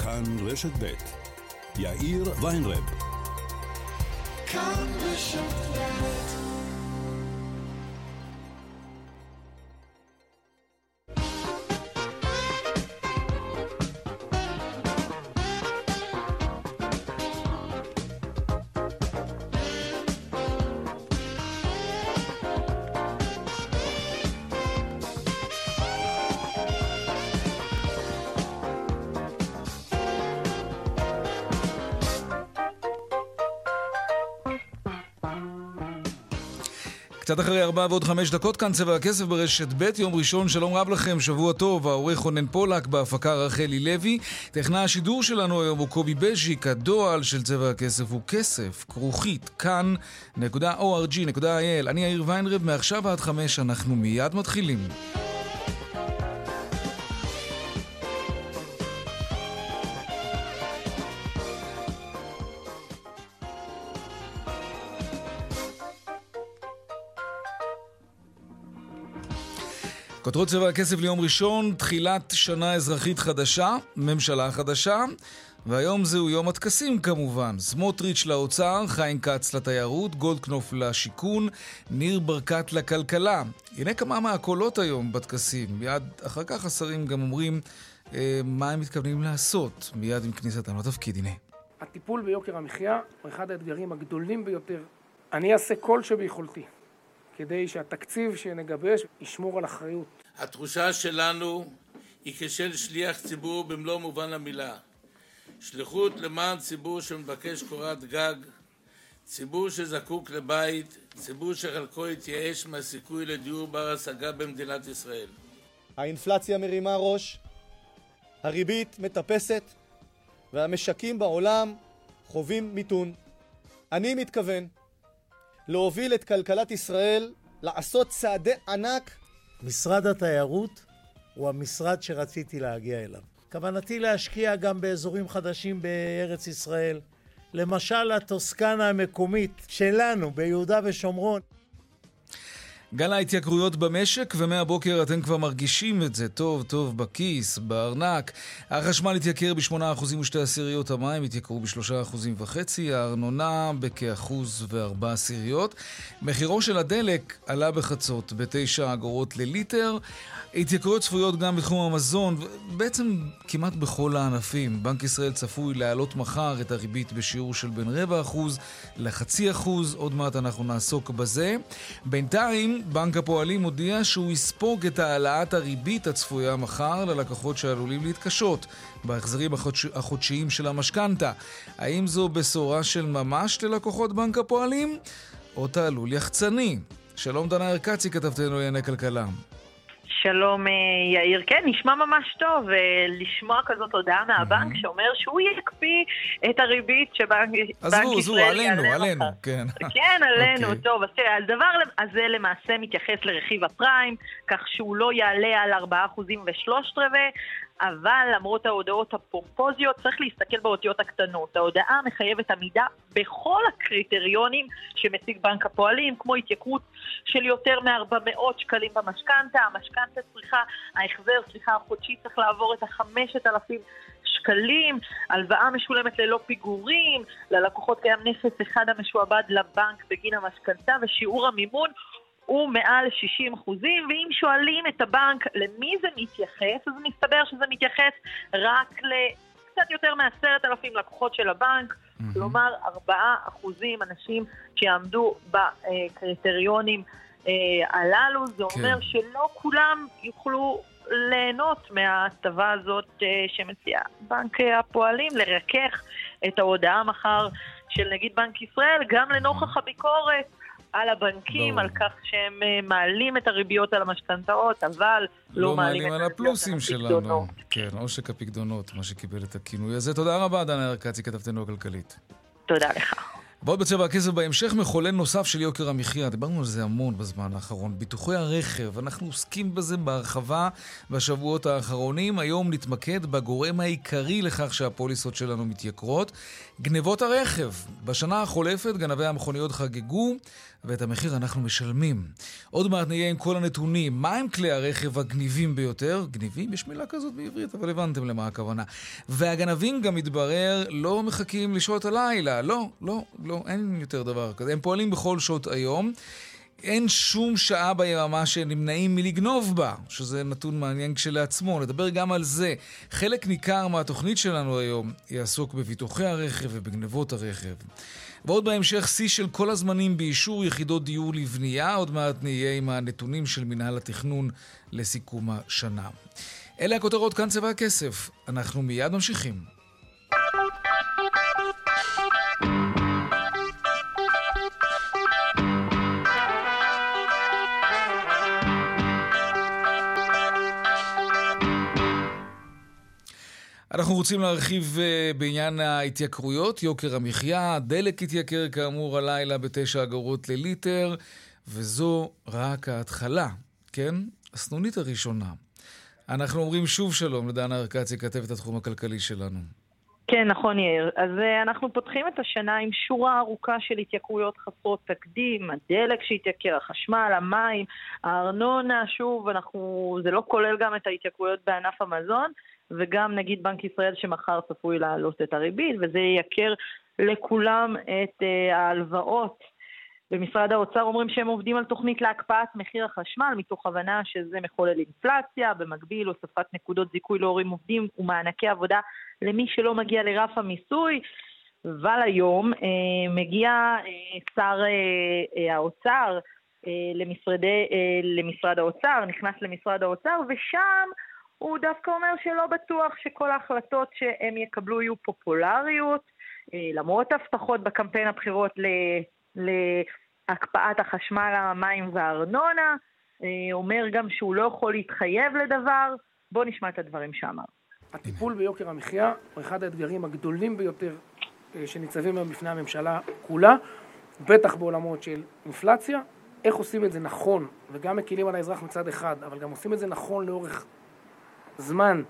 כאן רשת ב' יאיר ויינרב. כאן רשת ב'. קצת אחרי 4:05 כאן צבע הכסף ברשת ב', יום ראשון, שלום רב לכם, שבוע טוב, העורך רונן פולק, בהפקה רחלי לוי, טכנאי השידור שלנו היום הוא קובי בז'יק, הדואל של צבע הכסף הוא כסף, כרוכית, כאן.org.il, אני יאיר ויינרב, מעכשיו עד 5 אנחנו מיד מתחילים. כותרות צבע הכסף ליום ראשון, תחילת שנה אזרחית חדשה, ממשלה חדשה, והיום זהו יום הטקסים כמובן. סמוטריץ' לאוצר, חיים כץ לתיירות, גולדקנופ לשיכון, ניר ברקת לכלכלה. הנה כמה מהקולות היום בטקסים. מיד אחר כך השרים גם אומרים מה הם מתכוונים לעשות מיד עם כניסתם לתפקיד. הנה. הטיפול ביוקר המחיה הוא אחד האתגרים הגדולים ביותר. אני אעשה כל שביכולתי כדי שהתקציב שנגבש ישמור על אחריות. התחושה שלנו היא כשל שליח ציבור במלוא מובן המילה. שליחות למען ציבור שמבקש קורת גג, ציבור שזקוק לבית, ציבור שחלקו התייאש מהסיכוי לדיור בר השגה במדינת ישראל. האינפלציה מרימה ראש, הריבית מטפסת, והמשקים בעולם חווים מיתון. אני מתכוון להוביל את כלכלת ישראל, לעשות צעדי ענק. משרד התיירות הוא המשרד שרציתי להגיע אליו. כוונתי להשקיע גם באזורים חדשים בארץ ישראל, למשל הטוסקנה המקומית שלנו ביהודה ושומרון. גל ההתייקרויות במשק, ומהבוקר אתם כבר מרגישים את זה טוב טוב בכיס, בארנק. החשמל התייקר ב8.2%, המים התייקרו ב3.5%, הארנונה בכ1.4%. מחירו של הדלק עלה בחצות ב9 אגורות לליטר. התייקרויות צפויות גם בתחום המזון, בעצם כמעט בכל הענפים. בנק ישראל צפוי להעלות מחר את הריבית בשיעור של בין 0.25% ל0.5%, עוד מעט אנחנו נעסוק בזה. בינתיים בנק הפועלים הודיע שהוא יספוג את העלאת הריבית הצפויה מחר ללקוחות שעלולים להתקשות בהחזרים החודשיים של המשכנתה. האם זו בשורה של ממש ללקוחות בנק הפועלים או תעלול יחצני? שלום דנה ארקצי, כתבתנו לענייני כלכלה. שלום יאיר, כן, נשמע ממש טוב לשמוע כזאת הודעה מהבנק שאומר שהוא יקפיא את הריבית שבנק ישראל עלינו, כן. כן, עלינו, טוב, אז תראה, הדבר הזה למעשה מתייחס לרכיב הפריים, כך שהוא לא יעלה על 4.3%, אבל למרות ההודעות הפומפוזיות צריך להסתכל באותיות הקטנות. ההודעה מחייבת עמידה בכל הקריטריונים שמציג בנק הפועלים, כמו התייקרות של יותר מ-400 שקלים במשכנתה, ההחזר החודשי צריך לעבור את 5,000 שקלים, הלוואה משולמת ללא פיגורים, ללקוחות קיים נכס אחד המשועבד לבנק בגין המשכנתה, ושיעור המימון הוא מעל 60%, ואם שואלים את הבנק למי זה מתייחס, אז מסתבר שזה מתייחס רק לקצת יותר מ10,000 לקוחות של הבנק, כלומר 4% אנשים שיעמדו בקריטריונים הללו. זה אומר שלא כולם יוכלו ליהנות מההטבה הזאת שמציע בנק הפועלים, לרכך את ההודעה מחר של נגיד בנק ישראל, גם לנוכח הביקורת על הבנקים, על כך שהם מעלים את הריביות על המשכנתאות, אבל לא מעלים על הפלוסים שלנו. כן, עושק הפקדונות, מה שקיבל את הכינוי הזה. תודה רבה, דנה ארקצי, כתבתנו הכלכלית. תודה לך. ועוד בצבע הכסף בהמשך, מחולל נוסף של יוקר המחיה. דיברנו על זה המון בזמן האחרון. ביטוחי הרכב, אנחנו עוסקים בזה בהרחבה בשבועות האחרונים. היום נתמקד בגורם העיקרי לכך שהפוליסות שלנו מתייקרות. גנבות הרכב. בשנה החולפת גנבי המכוניות חגגו, ואת המחיר אנחנו משלמים. עוד מעט נהיה עם כל הנתונים. מה הם כלי הרכב הגניבים ביותר? גניבים? יש מילה כזאת בעברית, אבל הבנתם למה הכוונה. והגנבים גם מתברר לא מחכים לשעות הלילה. לא, אין יותר דבר כזה. הם פועלים בכל שעות היום. אין שום שעה ביממה שנמנעים מלגנוב בה, שזה נתון מעניין כשלעצמו. נדבר גם על זה. חלק ניכר מהתוכנית שלנו היום יעסוק בביטוחי הרכב ובגנבות הרכב. ועוד בהמשך שיא של כל הזמנים באישור יחידות דיור לבנייה. עוד מעט נהיה עם הנתונים של מנהל התכנון לסיכום השנה. אלה הכותרות, כאן צבע הכסף. אנחנו מיד ממשיכים. אנחנו רוצים להרחיב בעניין ההתייקרויות, יוקר המחיה, דלק התייקר כאמור הלילה ב9 אגורות לליטר, וזו רק ההתחלה, כן? הסנונית הראשונה. אנחנו אומרים שוב שלום לדנה ארקצי, כתבת התחום הכלכלי שלנו. כן, נכון יאיר. אז אנחנו פותחים את השנה עם שורה ארוכה של התייקרויות חסרות תקדים, הדלק שהתייקר, החשמל, המים, הארנונה, שוב, זה לא כולל גם את ההתייקרויות בענף המזון, וגם נגיד בנק ישראל שמחר צפוי להעלות את הריבית, וזה יקר לכולם את ההלוואות. במשרד האוצר אומרים שהם עובדים על תוכנית להקפאת מחיר החשמל, מתוך הבנה שזה מחולל אינפלציה, במקביל הוספת נקודות זיכוי להורים עובדים ומענקי עבודה למי שלא מגיע לרף המיסוי. אבל היום מגיע שר האוצר למשרד האוצר, נכנס למשרד האוצר, ושם הוא דווקא אומר שלא בטוח שכל ההחלטות שהם יקבלו יהיו פופולריות, למרות הבטחות בקמפיין הבחירות להקפאת החשמל, המים והארנונה. אומר גם שהוא לא יכול להתחייב לדבר. בוא נשמע את הדברים שאמר. הטיפול ביוקר המחיה הוא אחד האתגרים הגדולים ביותר שניצבים בפני הממשלה כולה, בטח בעולמות של אינפלציה. איך עושים את זה נכון, וגם מקילים על האזרח מצד אחד, אבל גם עושים את זה נכון לאורך זמן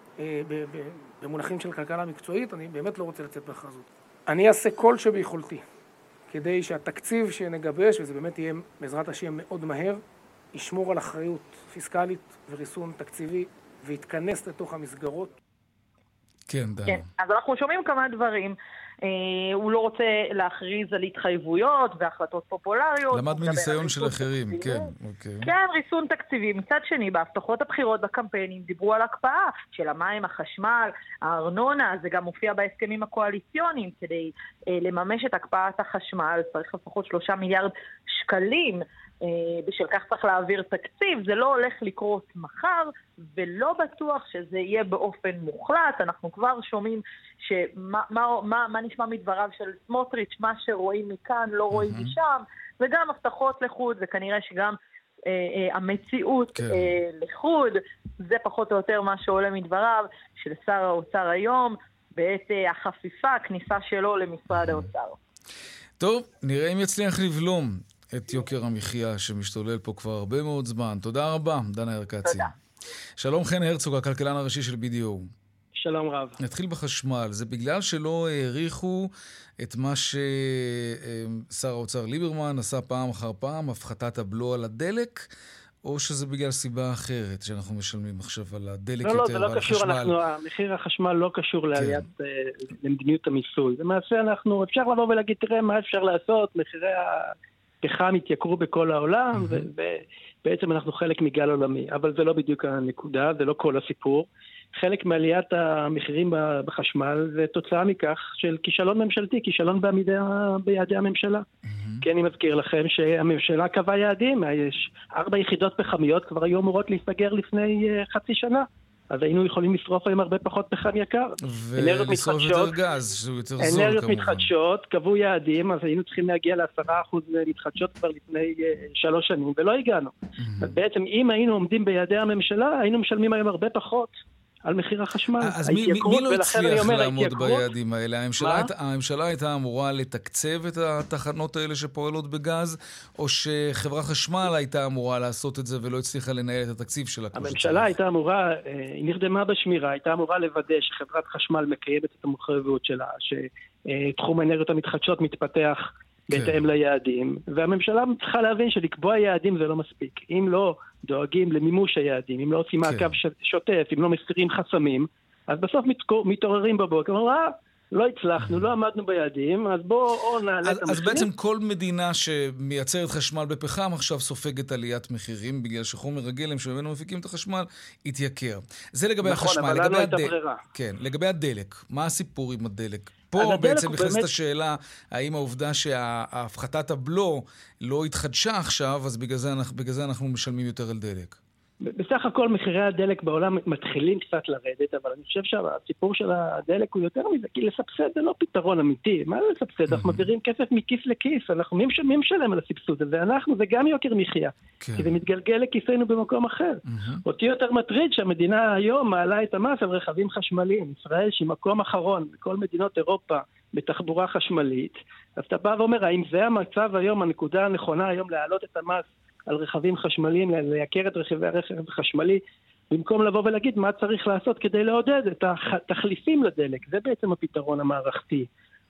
במונחים של כלכלה מקצועית. אני באמת לא רוצה לצאת בהכרזות. אני אעשה כל שביכולתי כדי שהתקציב שנגבש, וזה באמת יהיה בעזרת השם מאוד מהר, ישמור על אחריות פיסקלית וריסון תקציבי ויתכנס לתוך המסגרות. כן, דנה. כן, אז אנחנו שומעים כמה דברים. הוא לא רוצה להכריז על התחייבויות והחלטות פופולריות. למד מניסיון של אחרים, כן. אוקיי. כן, ריסון תקציבי. מצד שני, בהבטחות הבחירות בקמפיינים דיברו על הקפאה של המים, החשמל, הארנונה, זה גם מופיע בהסכמים הקואליציוניים. כדי לממש את הקפאת החשמל צריך לפחות 3 מיליארד שקלים. בשל כך צריך להעביר תקציב. זה לא הולך לקרות מחר, ולא בטוח שזה יהיה באופן מוחלט. אנחנו כבר שומעים מה נשמע מדבריו של סמוטריץ', מה שרואים מכאן לא רואים משם, וגם הבטחות לחוד, וכנראה שגם המציאות לחוד, זה פחות או יותר מה שעולה מדבריו של שר האוצר היום, בעת החפיפה, הכניסה שלו למשרד האוצר. טוב, נראה אם יצליח לבלום את יוקר המחיה שמשתולל פה כבר הרבה מאוד זמן. תודה רבה, דנה ארקצי. תודה. שלום חן הרצוג, הכלכלן הראשי של BDO. שלום רב. נתחיל בחשמל. זה בגלל שלא העריכו את מה ששר האוצר ליברמן עשה פעם אחר פעם, הפחתת הבלו על הדלק, או שזה בגלל סיבה אחרת שאנחנו משלמים עכשיו על הדלק יותר ועל החשמל? לא, זה לא קשור. מחיר החשמל לא קשור לעליית למדיניות המיסוי. למעשה אפשר לבוא ולהגיד, תראה מה אפשר לעשות, מחירי הפחם התייקרו בכל העולם, ובעצם אנחנו חלק מגל עולמי. אבל זה לא בדיוק הנקודה, זה לא כל הסיפור. חלק מעליית המחירים בחשמל זה תוצאה מכך של כישלון ממשלתי, כישלון ביעדי הממשלה. כי אני מזכיר לכם שהממשלה קבעה יעדים, יש 4 יחידות פחמיות כבר היו אמורות להסתגר לפני חצי שנה. אז היינו יכולים לשרוף היום הרבה פחות פחם יקר. ולשרוף יותר גז, שהוא יותר זול כמובן. אנרגיות מתחדשות, קבעו יעדים, אז היינו צריכים להגיע ל10% מתחדשות כבר לפני 3 שנים, ולא הגענו. אז בעצם אם היינו עומדים ביעדי הממשלה, היינו משלמים היום הרבה פחות על מחיר החשמל. אז מי לא הצליח לעמוד ביעדים האלה? הממשלה הייתה אמורה לתקצב את התחנות האלה שפועלות בגז, או שחברה חשמל הייתה אמורה לעשות את זה ולא הצליחה לנהל את התקציב שלה? הממשלה הייתה אמורה, היא נרדמה בשמירה, הייתה אמורה לוודא שחברת חשמל מקיימת את המחויבות שלה, שתחום האנרגיות המתחדשות מתפתח בהתאם ליעדים, והממשלה צריכה להבין שלקבוע יעדים זה לא מספיק. אם לא דואגים למימוש היעדים, אם לא עושים מעקב שוטף, אם לא מסירים חסמים, אז בסוף מתעוררים בבוקר, אומרים, לא הצלחנו, לא עמדנו ביעדים, אז בואו נעלה את המחירים. אז בעצם כל מדינה שמייצרת חשמל בפחם עכשיו סופגת עליית מחירים, בגלל שחומר הגלם שממנו מפיקים את החשמל התייקר. זה לגבי החשמל. נכון, אבל לא הייתה ברירה. כן, לגבי הדלק. מה הסיפור עם הדלק? פה בעצם נכנסת השאלה, האם העובדה שהפחתת הבלו לא התחדשה עכשיו, אז בגלל זה אנחנו משלמים יותר על דלק. בסך הכל מחירי הדלק בעולם מתחילים קצת לרדת, אבל אני חושב שהסיפור של הדלק הוא יותר מזה, כי לסבסד זה לא פתרון אמיתי. מה זה לסבסד? אנחנו מעבירים כסף מכיס לכיס, מי משלם על הסבסוד הזה? זה גם יוקר מחיה, כי זה מתגלגל לכיסנו במקום אחר. אותי יותר מטריד שהמדינה היום מעלה את המס על רכבים חשמליים. ישראל שהיא מקום אחרון בכל מדינות אירופה בתחבורה חשמלית, אז אתה בא ואומר, האם זה המצב היום, הנקודה הנכונה היום להעלות את המס על רכבים חשמליים, לייקר את רכיבי הרכב החשמלי, במקום לבוא ולהגיד מה צריך לעשות כדי לעודד את התחליפים לדלק. זה בעצם הפתרון המערכתי.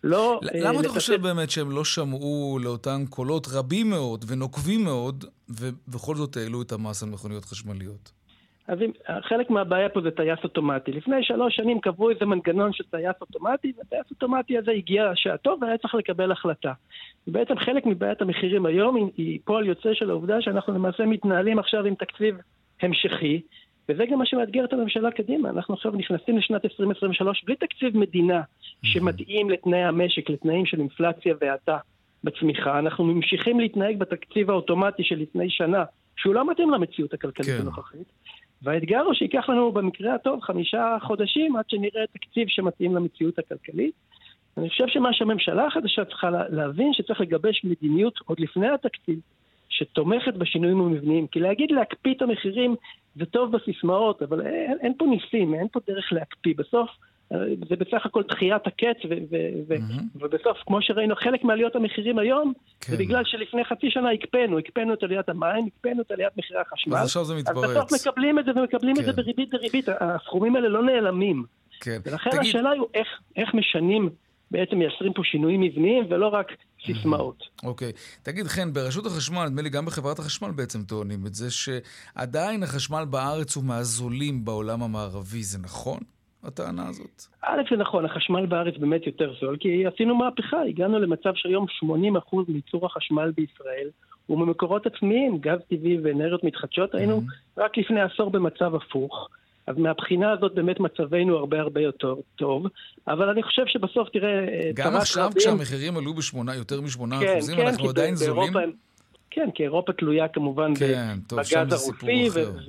למה אתה חושב באמת שהם לא שמעו לאותן קולות רבים מאוד ונוקבים מאוד, ובכל זאת העלו את המס על מכוניות חשמליות? אז חלק מהבעיה פה זה טייס אוטומטי. לפני 3 שנים קבעו איזה מנגנון של טייס אוטומטי, והטייס אוטומטי הזה הגיע שעתו והיה צריך לקבל החלטה. בעצם חלק מבעיית המחירים היום היא פועל יוצא של העובדה שאנחנו למעשה מתנהלים עכשיו עם תקציב המשכי, וזה גם מה שמאתגר את הממשלה קדימה. אנחנו עכשיו נכנסים לשנת 2023 בלי תקציב מדינה שמתאים לתנאי המשק, לתנאים של אינפלציה והאטה בצמיחה. אנחנו ממשיכים להתנהג בתקציב האוטומטי של לפני שנה, שהוא לא מתאים למציאות הכלכלית הנוכחית. והאתגר הוא שיקח לנו במקרה הטוב 5 חודשים עד שנראה תקציב שמתאים למציאות הכלכלית. אני חושב שמה שהממשלה החדשה צריכה להבין שצריך לגבש מדיניות עוד לפני התקציב שתומכת בשינויים המבניים. כי להגיד להקפיא את המחירים זה טוב בסיסמאות, אבל אין פה ניסים, אין פה דרך להקפיא. בסוף זה בסך הכל דחיית הקץ, ובסוף, כמו שראינו, חלק מעליות המחירים היום, זה בגלל שלפני חצי שנה הקפאנו את עליית המים, הקפאנו את עליית מחירי החשמל. אז עכשיו זה מתפרץ. אז בסוף מקבלים את זה, ומקבלים את זה בריבית. הסכומים האלה לא נעלמים. ולכן השאלה היא איך משנים, בעצם מייצרים פה שינויים מבניים, ולא רק סיסמאות. אוקיי. תגיד, חן, ברשות החשמל, נדמה לי גם בחברת החשמל בעצם טוענים את זה, שעדיין החשמל בארץ הוא מהזולים בעולם המערבי, זה נכון? הטענה הזאת. זה נכון, החשמל בארץ באמת יותר זול, כי עשינו מהפכה, הגענו למצב שהיום 80% מייצור החשמל בישראל, הוא ממקורות עצמיים, גז טבעי ואנרגיות מתחדשות, היינו רק לפני עשור במצב הפוך, אז מהבחינה הזאת באמת מצבנו הרבה יותר טוב, אבל אני חושב שבסוף תראה... גם עכשיו כשהמחירים עלו יותר מ8%, אנחנו עדיין זולים? כן, כי אירופה תלויה כמובן בגז הרוסי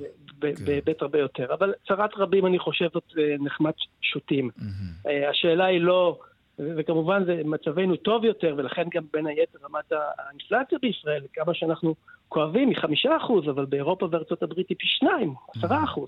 בהיבט הרבה יותר. אבל צרת רבים אני חושב זאת נחמת שוטים. השאלה היא לא, וכמובן זה מצבנו טוב יותר, ולכן גם בין היתר רמת האינפלציה בישראל, כמה שאנחנו כואבים מ5%, אבל באירופה וארצות הברית היא פי 2, 10%.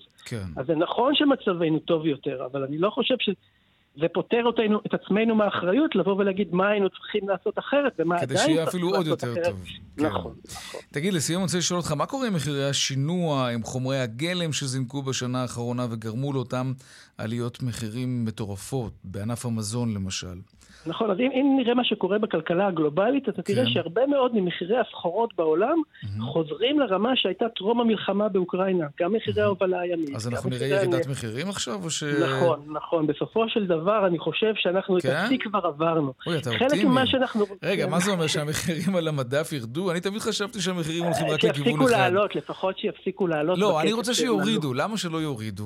אז זה נכון שמצבנו טוב יותר, אבל אני לא חושב זה פותר אותנו, את עצמנו מהאחריות, לבוא ולהגיד מה היינו צריכים לעשות אחרת, ומה עדיין כדי שיהיה אפילו עוד יותר טוב. נכון. תגיד, לסיום אני רוצה לשאול אותך, מה קורה עם מחירי השינוע, עם חומרי הגלם שזינקו בשנה האחרונה, וגרמו לאותם עליות מחירים מטורפות, בענף המזון למשל? נכון, אז אם נראה מה שקורה בכלכלה הגלובלית, אתה תראה שהרבה מאוד ממחירי הסחורות בעולם חוזרים לרמה שהייתה טרום המלחמה באוקראינה, גם מחירי ההובלה הימית. אז אנחנו נראה ירידת מחירים עכשיו? נכון. בסופו של דבר אני חושב שאנחנו את השיא כבר עברנו. אתה אופטימי. רגע, מה זה אומר שהמחירים על המדף ירדו? אני תמיד חשבתי שהמחירים הולכים רק לכיוון אחד. לפחות שיפסיקו לעלות. לא, אני רוצה שיורידו. למה שלא יורידו?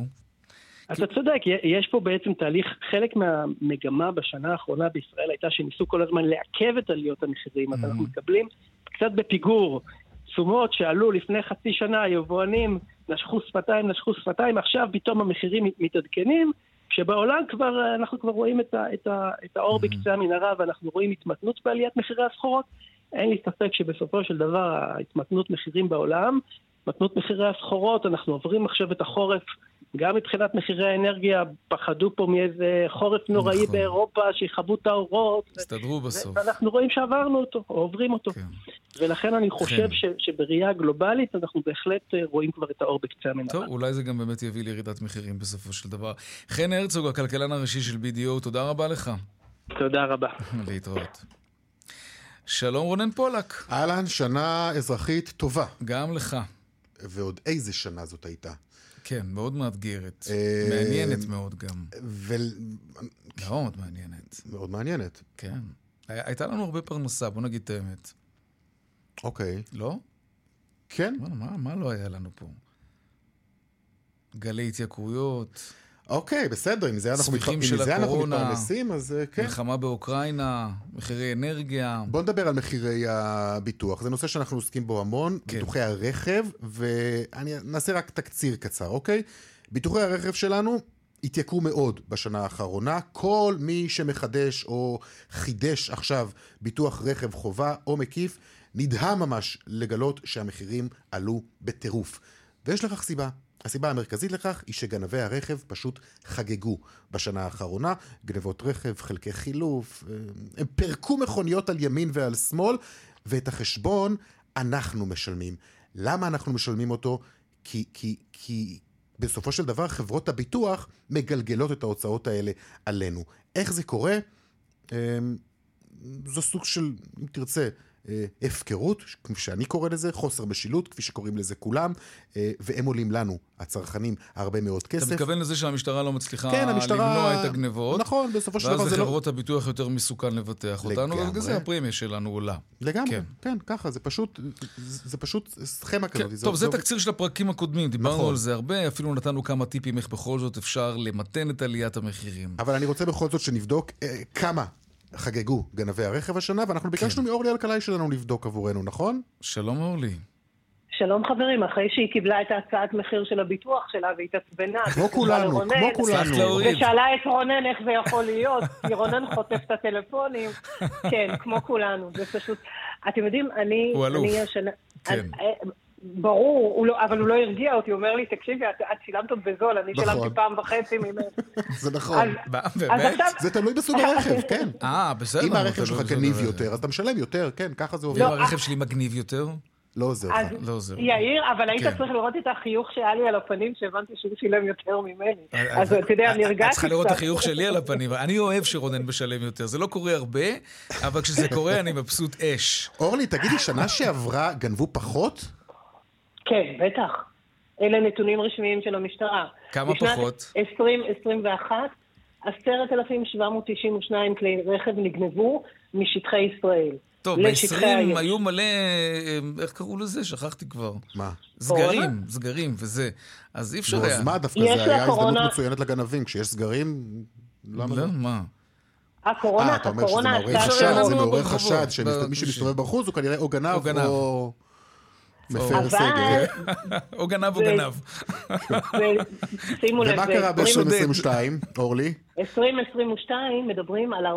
אתה צודק, יש פה בעצם תהליך, חלק מהמגמה בשנה האחרונה בישראל הייתה שניסו כל הזמן לעכב את עליות המחירים. אנחנו מקבלים קצת בפיגור תשומות שעלו לפני חצי שנה, היבואנים נשכו שפתיים, עכשיו פתאום המחירים מתעדכנים, שבעולם אנחנו כבר רואים את האור בקצה המנהרה, ואנחנו רואים התמתנות בעליית מחירי הסחורות. אין לי ספק שבסופו של דבר ההתמתנות מחירים בעולם, התמתנות מחירי הסחורות, אנחנו עוברים עכשיו את החורף, גם מבחינת מחירי האנרגיה, פחדו פה מאיזה חורף נוראי באירופה, שיחבו את האורות. הסתדרו בסוף. ואנחנו רואים שעברנו אותו, או עוברים אותו. ולכן אני חושב שבראייה גלובלית, אנחנו בהחלט רואים כבר את האור בקצה המנהרה. טוב, אולי זה גם באמת יביא לירידת מחירים בסופו של דבר. חן הרצוג, הכלכלן הראשי של BDO, תודה רבה לך. תודה רבה. להתראות. שלום רונן פולק. אהלן, שנה אזרחית טובה. גם לך. ועוד איזה שנה זאת הייתה. כן, מאוד מאתגרת. מעניינת מאוד גם. מאוד מעניינת. מאוד מעניינת. כן. הייתה לנו הרבה פרנסה, בוא נגיד את האמת. אוקיי. לא? כן. מה לא היה לנו פה? גלי התייקרויות. אוקיי, בסדר, אם זה אנחנו מתפרנסים, אז כן. מלחמה באוקראינה, מחירי אנרגיה. בוא נדבר על מחירי הביטוח. זה נושא שאנחנו עוסקים בו המון, כן. ביטוחי הרכב, ואני נעשה רק תקציר קצר, אוקיי? ביטוחי הרכב שלנו התייקרו מאוד בשנה האחרונה. כל מי שמחדש או חידש עכשיו ביטוח רכב חובה או מקיף, נדהם ממש לגלות שהמחירים עלו בטירוף. ויש לכך סיבה. הסיבה המרכזית לכך היא שגנבי הרכב פשוט חגגו בשנה האחרונה. גנבות רכב, חלקי חילוף, הם פרקו מכוניות על ימין ועל שמאל, ואת החשבון אנחנו משלמים. למה אנחנו משלמים אותו? כי בסופו של דבר חברות הביטוח מגלגלות את ההוצאות האלה עלינו. איך זה קורה? זו סוג של, אם תרצה, הפקרות, כפי שאני קורא לזה, חוסר משילות, כפי שקוראים לזה כולם, והם עולים לנו, הצרכנים, הרבה מאוד כסף. אתה מתכוון לזה שהמשטרה לא מצליחה למנוע את הגנבות, נכון, בסופו של דבר ואז לחברות הביטוח יותר מסוכן לבטח אותנו, ובגלל זה הפרמיה שלנו עולה. לגמרי, כן, ככה, זה פשוט סכמה כזאת. טוב, זה תקציר של הפרקים הקודמים, דיברנו על זה הרבה, אפילו נתנו כמה טיפים איך בכל זאת אפשר למתן את עליית המחירים. אבל אני רוצה בכל זאת שנבדוק כמה חגגו גנבי הרכב השנה, ואנחנו ביקשנו מאורלי אלקלעי שלנו לבדוק עבורנו, נכון? שלום אורלי. שלום חברים, אחרי שהיא קיבלה את ההצעת מחיר של הביטוח שלה והתעצבנה. כמו כולנו. ושאלה את רונן איך זה יכול להיות, כי רונן חוטף את הטלפונים. כן, כמו כולנו. זה פשוט, אתם יודעים, הוא אלוף. כן. ברור, אבל הוא לא הרגיע אותי, הוא אומר לי, תקשיבי, את שילמת בזול, אני שילמתי פעם וחצי ממנו. זה נכון. באמת? זה תלוי בסוג הרכב, כן. בסדר. אם הרכב שלך גניב יותר, אז אתה משלם יותר, כן, ככה זה עובד. אם הרכב שלי מגניב יותר? לא עוזר. יאיר, אבל היית צריך לראות את החיוך שהיה לי על הפנים, שהבנתי שהוא שילם יותר ממני. אז אתה יודע, אני הרגשתי... את צריכה לראות את החיוך שלי על הפנים. אני אוהב שרונן משלם יותר. זה לא קורה הרבה, אבל כשזה קורה אני מבסוט אש. אורלי, תגידי, שנה שעברה גנבו פחות? כן, בטח. אלה נתונים רשמיים של המשטרה. כמה פחות? בשנת 2021, 10,792 כלי רכב נגנבו משטחי ישראל. טוב, ב-20 היו מלא, איך קראו לזה? שכחתי כבר. מה? סגרים וזה. אז אי אפשר היה. אז מה דווקא? זה היה הזדמנות מצוינת לגנבים. כשיש סגרים, למה לא? מה? הקורונה... אתה אומר שזה מעורר חשד, שמי שמסתובב בחוץ הוא כנראה או גנב או... מפר סדר. או גנב או גנב. שימו לב. ומה קרה ב-2022, אורלי? 2022 מדברים על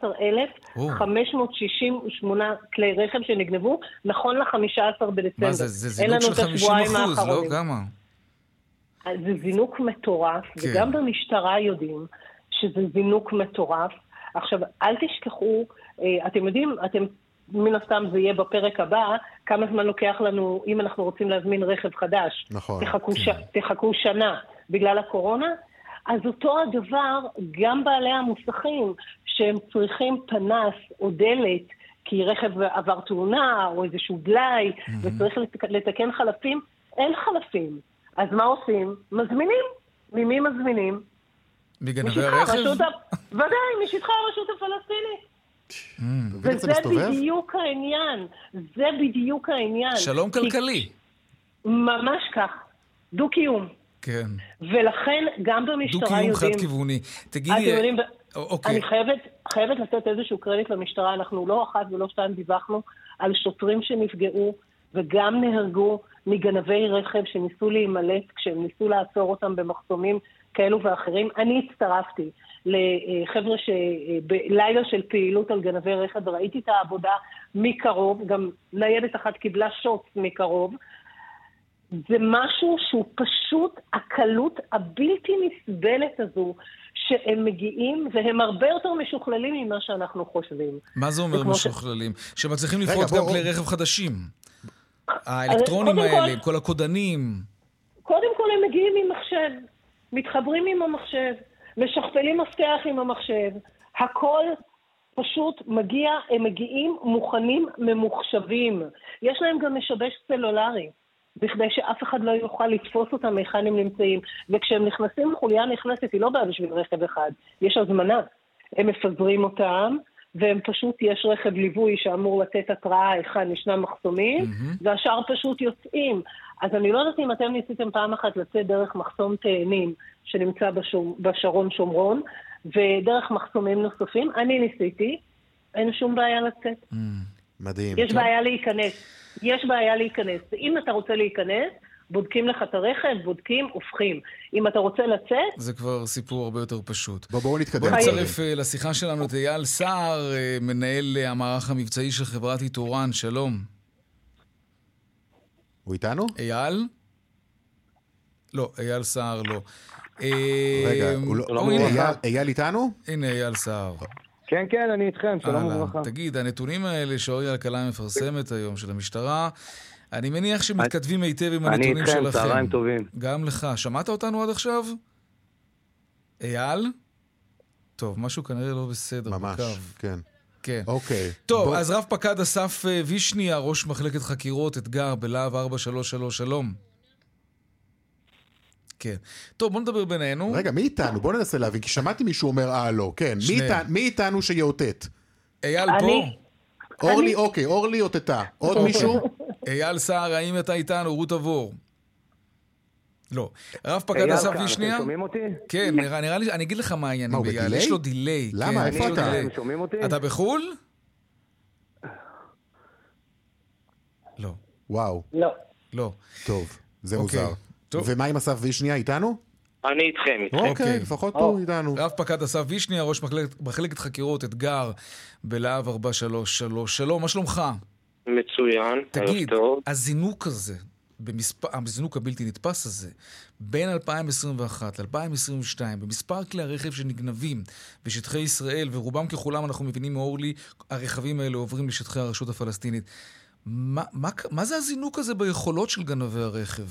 14,568 כלי רכב שנגנבו, נכון ל-15 בדצמבר. מה זה זינוק של 50%, לא? כמה? זה זינוק מטורף, וגם במשטרה יודעים שזה זינוק מטורף. עכשיו, אל תשכחו, אתם יודעים, מן הסתם זה יהיה בפרק הבא, כמה זמן לוקח לנו, אם אנחנו רוצים להזמין רכב חדש. נכון. תחכו שנה בגלל הקורונה. אז אותו הדבר, גם בעלי המוסכים, שהם צריכים פנס או דלת, כי רכב עבר תאונה או איזשהו דלי, וצריך לתקן חלפים, אין חלפים. אז מה עושים? מזמינים. ממי מזמינים? מגנבי הרכב? ודאי, משטחה הרשות הפלסטינית. וזה בדיוק העניין. זה בדיוק העניין. שלום כלכלי. ממש כך. דו-קיום. כן. ולכן גם במשטרה יודעים... דו-קיום חד-כיווני. תגידי... אני חייבת לתת איזשהו קרדיט למשטרה. אנחנו לא אחת ולא שתיים דיווחנו על שוטרים שנפגעו וגם נהרגו מגנבי רכב שניסו להימלט כשהם ניסו לעצור אותם במחסומים כאלו ואחרים. אני הצטרפתי לחבר'ה שבלילה של פעילות על גנבי רכב, וראיתי את העבודה מקרוב, גם ניידת אחת קיבלה שוט מקרוב. זה משהו שהוא פשוט הקלות הבלתי נסבלת הזו, שהם מגיעים והם הרבה יותר משוכללים ממה שאנחנו חושבים. מה זה אומר משוכללים? שמצליחים לפרוץ גם כלי רכב חדשים. האלקטרונים האלה, עם כל הקודנים. קודם כל הם מגיעים עם מחשב, מתחברים עם המחשב, משכפלים מפתח עם המחשב, הכל פשוט הם מגיעים מוכנים, ממוחשבים. יש להם גם משבש סלולרי, בכדי שאף אחד לא יוכל לתפוס אותם היכן הם נמצאים. וכשהם נכנסים, החוליה נכנסת, היא לא באה בשביל רכב אחד, יש הזמנה. הם מפזרים אותם, והם פשוט, יש רכב ליווי שאמור לתת התראה היכן ישנם מחסומים, והשאר פשוט יוצאים. אז אני לא יודעת אם אתם ניסיתם פעם אחת לצאת דרך מחסום תאנים, שנמצא בשרון שומרון, ודרך מחסומים נוספים. אני ניסיתי, אין שום בעיה לצאת. מדהים. יש בעיה להיכנס. אם אתה רוצה להיכנס, בודקים לך את הרכב, בודקים, הופכים. אם אתה רוצה לצאת... זה כבר סיפור הרבה יותר פשוט. בואו נתקדם. בואו נצרף לשיחה שלנו את אייל סער, מנהל המערך המבצעי של חברת איתורן. שלום. הוא איתנו? אייל? לא, אייל סער לא. רגע, אייל איתנו? הנה אייל סער. כן, כן, אני איתכם, שלום וברכה. תגיד, הנתונים האלה שאורי אלקלעי מפרסמת היום של המשטרה, אני מניח שמתכתבים היטב עם הנתונים שלכם. אני איתכם, צהריים טובים. גם לך. שמעת אותנו עד עכשיו? אייל? טוב, משהו כנראה לא בסדר. ממש, כן. כן. אוקיי. טוב, אז רב פקד אסף וישניה, ראש מחלקת חקירות, אתגר בלהב 433, שלום. כן. טוב, בוא נדבר בינינו. רגע, מי איתנו? בוא ננסה להבין, כי שמעתי מישהו אומר, לא, כן. מי איתנו שיאותת? אייל פה? אורלי, אוקיי, אורלי אותתה. עוד מישהו? אייל סער, האם אתה איתנו? רות עבור. לא. רב פקד אסף וישניה? אתם שומעים אותי? כן, נראה לי, אני אגיד לך מה העניינים באייל. יש לו דיליי. למה? איפה אתה? שומעים אותי? אתה בחול? לא. וואו. לא. טוב, זה מוזר. ומה עם אסף וישניה איתנו? אני איתכם. אוקיי, לפחות פה איתנו. רב פקד אסף וישניה, ראש מחלקת חקירות, אתגר בלהב 433. שלום, מה שלומך? מצוין. תגיד, הזינוק הזה, הזינוק הבלתי נתפס הזה, בין 2021 ל-2022, במספר כלי הרכב שנגנבים בשטחי ישראל, ורובם ככולם אנחנו מבינים מאורלי, הרכבים האלה עוברים לשטחי הרשות הפלסטינית. מה זה הזינוק הזה ביכולות של גנבי הרכב?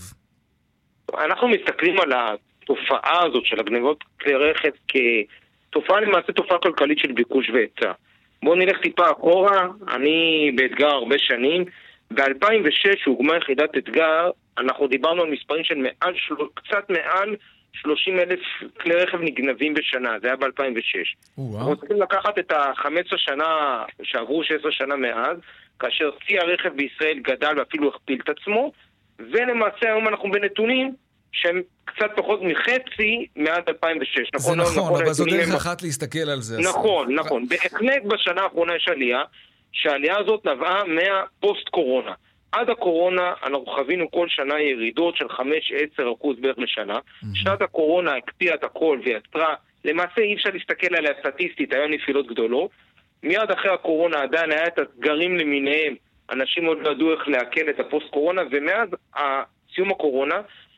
אנחנו מסתכלים על התופעה הזאת של הגנבות כלי רכב כתופעה, למעשה תופעה כלכלית של ביקוש והיצע. בואו נלך טיפה אחורה, אני באתגר הרבה שנים. ב-2006 הוקמה יחידת אתגר, אנחנו דיברנו על מספרים של קצת מעל 30,000 כלי רכב נגנבים בשנה, זה היה ב-2006. אנחנו צריכים לקחת את ה-15 שנה שעברו 16 שנה מאז, כאשר צי הרכב בישראל גדל ואפילו הכפיל את עצמו, ולמעשה היום אנחנו בנתונים שהם קצת פחות מחצי מעד 2006. זה נכון, אבל זו דרך אחת להסתכל על זה. נכון. בהחלט בשנה האחרונה יש עלייה, שהעלייה הזאת נבעה מהפוסט קורונה. עד הקורונה אנחנו חווינו כל שנה ירידות של 5-10% בערך לשנה. שנת הקורונה הקפיאה את הכל ויצרה, למעשה אי אפשר להסתכל עליה סטטיסטית, היה נפילות גדולות. מיד אחרי הקורונה עדיין היה את הסגרים למיניהם, אנשים עוד לא ידעו איך להקל את הפוסט קורונה, ומאז סיום הקורונה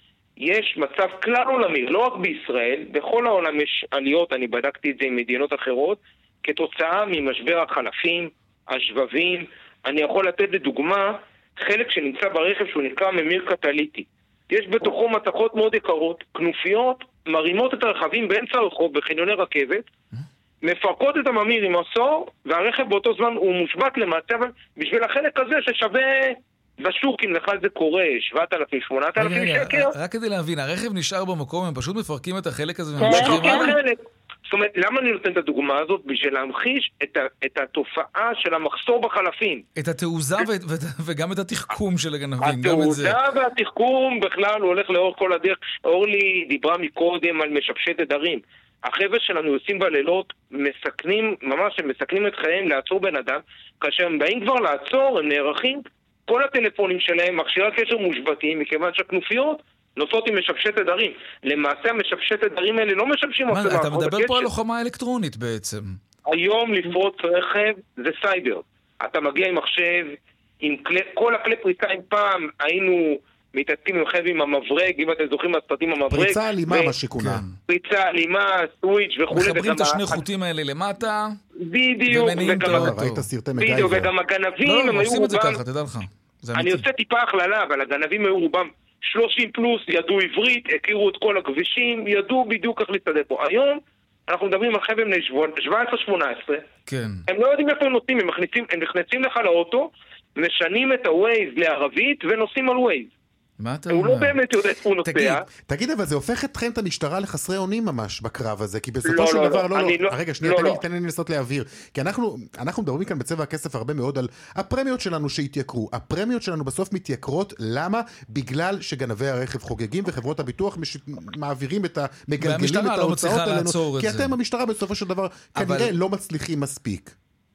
יש מצב כלל עולמי, לא רק בישראל, בכל העולם יש עליות, אני בדקתי את זה עם מדינות אחרות, כתוצאה ממשבר החלפים, השבבים. אני יכול לתת לדוגמה חלק שנמצא ברכב שהוא נקרא ממיר קטליטי. יש בתוכו מתכות מאוד יקרות, כנופיות מרימות את הרכבים באמצע הרחוב בחניוני רכבת, מפרקות את הממיר עם עשור, והרכב באותו זמן הוא מושבת למעשה, אבל בשביל החלק הזה ששווה בשוק, אם לך זה קורה, 7,000, 8,000 שקל. רק כדי להבין, הרכב נשאר במקום, הם פשוט מפרקים את החלק הזה ומשקיעים עליו? זאת אומרת, למה אני נותן את הדוגמה הזאת? בשביל להמחיש את התופעה של המחסור בחלפים. את התעוזה וגם את התחכום של הגנבים. התעוזה והתחכום בכלל הוא הולך לאורך כל הדרך. אורלי דיברה מקודם על משבשי תדרים. החבר'ה שלנו יוצאים בלילות, מסכנים את חייהם לעצור בן אדם, כאשר הם באים כבר לעצור, הם נערכים, כל הטלפונים שלהם, מכשירי קשר מושבתים, מכיוון שהכנופיות נוסעות עם משבשי תדרים. למעשה המשבשי תדרים האלה לא משבשים... מה, אתה מדבר פה על לוחמה אלקטרונית בעצם. היום לפרוץ רכב זה סייבר. אתה מגיע עם מחשב, עם כל הכלי פריצה. עם פעם היינו מתעסקים עם חייב עם המברג, אם אתם זוכרים מהסרטים המברג. פריצה אלימה מה שכונה. פריצה אלימה, סוויץ' וכו'. מחברים את השני חוטים האלה למטה. בדיוק. וגם הגנבים הם היו רובם... אני עושה טיפה הכללה, אבל הגנבים היו רובם 30 פלוס, ידעו עברית, הכירו את כל הכבישים, ידעו בדיוק איך להסתדר פה. היום אנחנו מדברים על חבר'ה בני 17-18, כן. הם לא יודעים איפה הם נוסעים, הם נכנסים לך לאוטו, משנים את הווייז לערבית ונוסעים על ווייז. מה אתה אומר? הוא לא באמת יודע איפה הוא נוסע. תגיד, אבל זה הופך אתכם את המשטרה לחסרי אונים ממש בקרב הזה, כי בסופו של דבר, רגע, שנייה, תן לי לנסות להעביר. כי אנחנו מדברים כאן בצבע הכסף הרבה מאוד על הפרמיות שלנו שהתייקרו. הפרמיות שלנו בסוף מתייקרות, למה? בגלל שגנבי הרכב חוגגים וחברות הביטוח מגלגלים את ההוצאות עלינו. כי אתם המשטרה בסופו של דבר כנראה לא מצליחים מספיק.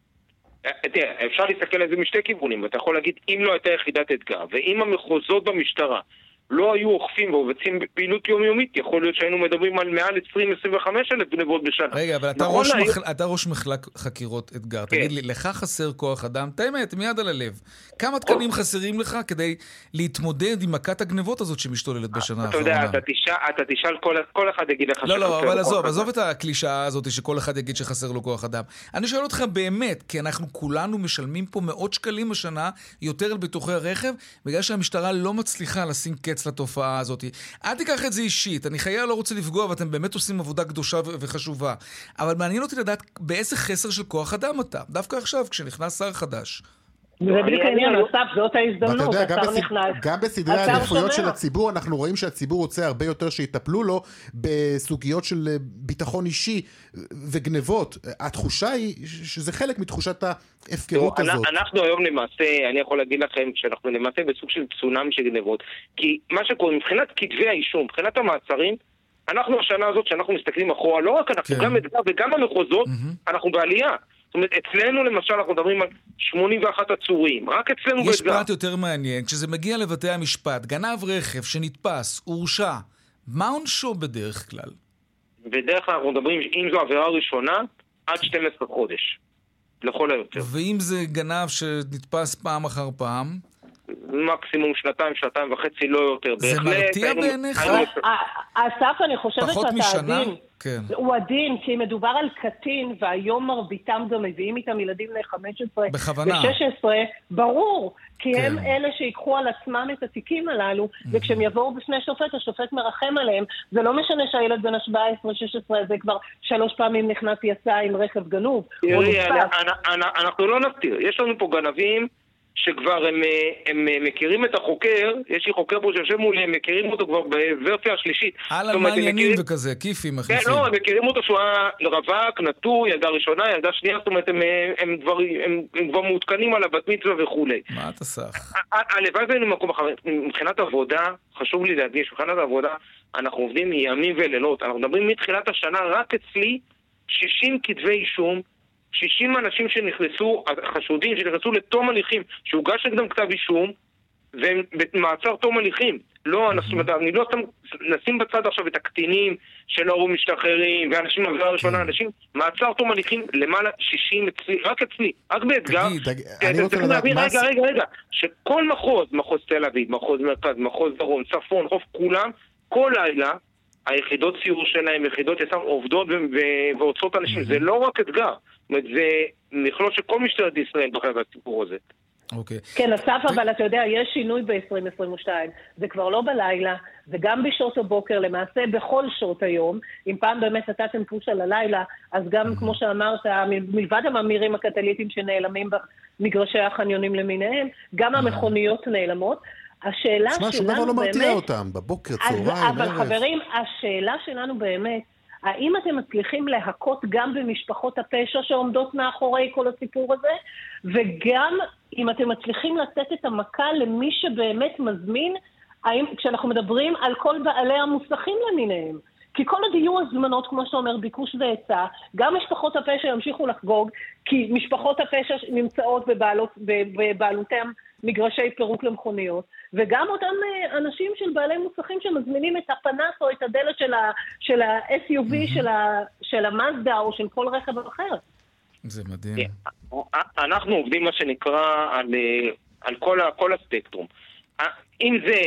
תראה, אפשר להסתכל על זה משתי כיוונים, ואתה יכול להגיד, אם לא הייתה יחידת אתגר, ואם המחוזות במשטרה לא היו אוכפים ועובצים בפעילות יומיומית, יכול להיות שהיינו מדברים על מעל 20-25 אלף גנבות בשנה. רגע, אבל אתה ראש מחלק חקירות אתגר. תגיד לי, לך חסר כוח אדם? את האמת, מיד על הלב. כמה תקנים חסרים לך כדי להתמודד עם מכת הגנבות הזאת שמשתוללת בשנה האחרונה? אתה יודע, אתה תשאל, כל אחד יגיד לך שחסר. לא, אבל עזוב את הקלישאה הזאת שכל אחד יגיד שחסר לו כוח אדם. אני שואל אותך באמת, כי אנחנו כולנו משלמים פה מאות שקלים בשנה יותר על ביטוחי הרכב, בגלל שהמשטרה לא מצליחה לשים קץ לתופעה הזאת. אל תיקח את זה אישית, אני חייה לא רוצה לפגוע, ואתם באמת עושים עבודה קדושה וחשובה. אבל מעניין אותי לדעת באיזה חסר של כוח אדם אתה. דווקא עכשיו, כשנכנס שר חדש. זה בדיוק העניין, אסף, זאת ההזדמנות, השר נכנס. גם בסדרי העדיפויות של הציבור, אנחנו רואים שהציבור רוצה הרבה יותר שיטפלו לו בסוגיות של ביטחון אישי וגנבות. התחושה היא שזה חלק מתחושת ההפקרות הזאת. אנחנו היום למעשה, אני יכול להגיד לכם שאנחנו למעשה בסוג של צונאמי של גנבות, כי מה שקורה, מבחינת כתבי האישום, מבחינת המעצרים, אנחנו השנה הזאת שאנחנו מסתכלים אחורה, לא רק אנחנו, גם אתגר וגם המחוזות, אנחנו בעלייה. זאת אומרת, אצלנו למשל אנחנו מדברים על 81 עצורים, רק אצלנו באתגר. יש פרט יותר מעניין, כשזה מגיע לבתי המשפט, גנב רכב שנתפס, הורשע, מה עונשו בדרך כלל? בדרך כלל אנחנו מדברים, אם זו עבירה ראשונה, עד 12 חודש, לכל היותר. ואם זה גנב שנתפס פעם אחר פעם? מקסימום שנתיים וחצי, לא יותר. זה מרתיע בעיניך? אסף, אני חושבת שאתה עדין. כן. הוא עדין, כי מדובר על קטין, והיום מרביתם גם מביאים איתם ילדים ל-15 ו-16, ברור, כי הם אלה שיקחו על עצמם את התיקים הללו, וכשהם יבואו בפני שופט, השופט מרחם עליהם. זה לא משנה שהילד בן ה-17-16 הזה כבר 3 פעמים נכנס יצא עם רכב גנוב. אנחנו לא נפתיר, יש לנו פה גנבים, שכבר הם מכירים את החוקר, יש לי חוקר פה שיושב מולי, הם מכירים אותו כבר בוורסיה השלישית. על מעניינים וכזה, כיפים מחליפים. כן, לא, הם מכירים אותו שהוא היה רווק, נטור, ילדה ראשונה, ילדה שנייה, זאת אומרת, הם כבר מעודכנים על הבת מצווה וכולי. מה אתה סך? הלוואי והיינו במקום אחר. מבחינת עבודה, חשוב לי להדגיש, מבחינת העבודה, אנחנו עובדים מימים ולילות. אנחנו מדברים מתחילת השנה, רק אצלי, 60 כתבי אישום, 60 אנשים שנכנסו, חשודים שנכנסו לתום הליכים, שהוגש נגדם כתב אישום, והם במעצר תום הליכים. לא, אני לא נשים בצד עכשיו את הקטינים שלא משתחררים, ואנשים עבירה ראשונה, אנשים, מעצר תום הליכים למעלה 60 אצלי, רק אצלי, רק באתגר. אני רוצה לדעת מה... רגע, שכל מחוז תל אביב, מחוז מרכז, מחוז דרום, צפון, חוף, כולם, כל לילה, היחידות סיור שלהם, יחידות יס"מ עובדות ועוצרות אנשים, זה לא רק אתגר. זה מכלול שכל משטרת ישראל בחלק הסיפור הזה. כן, אסף, אבל אתה יודע, יש שינוי ב-2022. זה כבר לא בלילה, זה גם בשעות הבוקר, למעשה בכל שעות היום. אם פעם באמת נתתם פוש על הלילה, אז גם כמו שאמרת, מלבד הממירים הקטליטיים שנעלמים במגרשי החניונים למיניהם, גם המכוניות נעלמות. השאלה שלנו שום דבר לא מרתיע אותם, בבוקר, צהריים, ערב. אבל חברים, השאלה שלנו באמת, האם אתם מצליחים להכות גם במשפחות הפשע שעומדות מאחורי כל הסיפור הזה, וגם אם אתם מצליחים לתת את המכה למי שבאמת מזמין, כשאנחנו מדברים על כל בעלי המוסכים למיניהם, כי כל הדיור הזמנות, כמו שאתה אומר, ביקוש והיצע, גם משפחות הפשע ימשיכו לחגוג, כי משפחות הפשע נמצאות בבעלותם מגרשי פירוק למכוניות, וגם אותם אנשים של בעלי מוסכים שמזמינים את הפנס או את הדלת של ה-SUV של המאזדה או של כל רכב אחר. זה מדהים. אנחנו עובדים מה שנקרא על כל הספקטרום. אם זה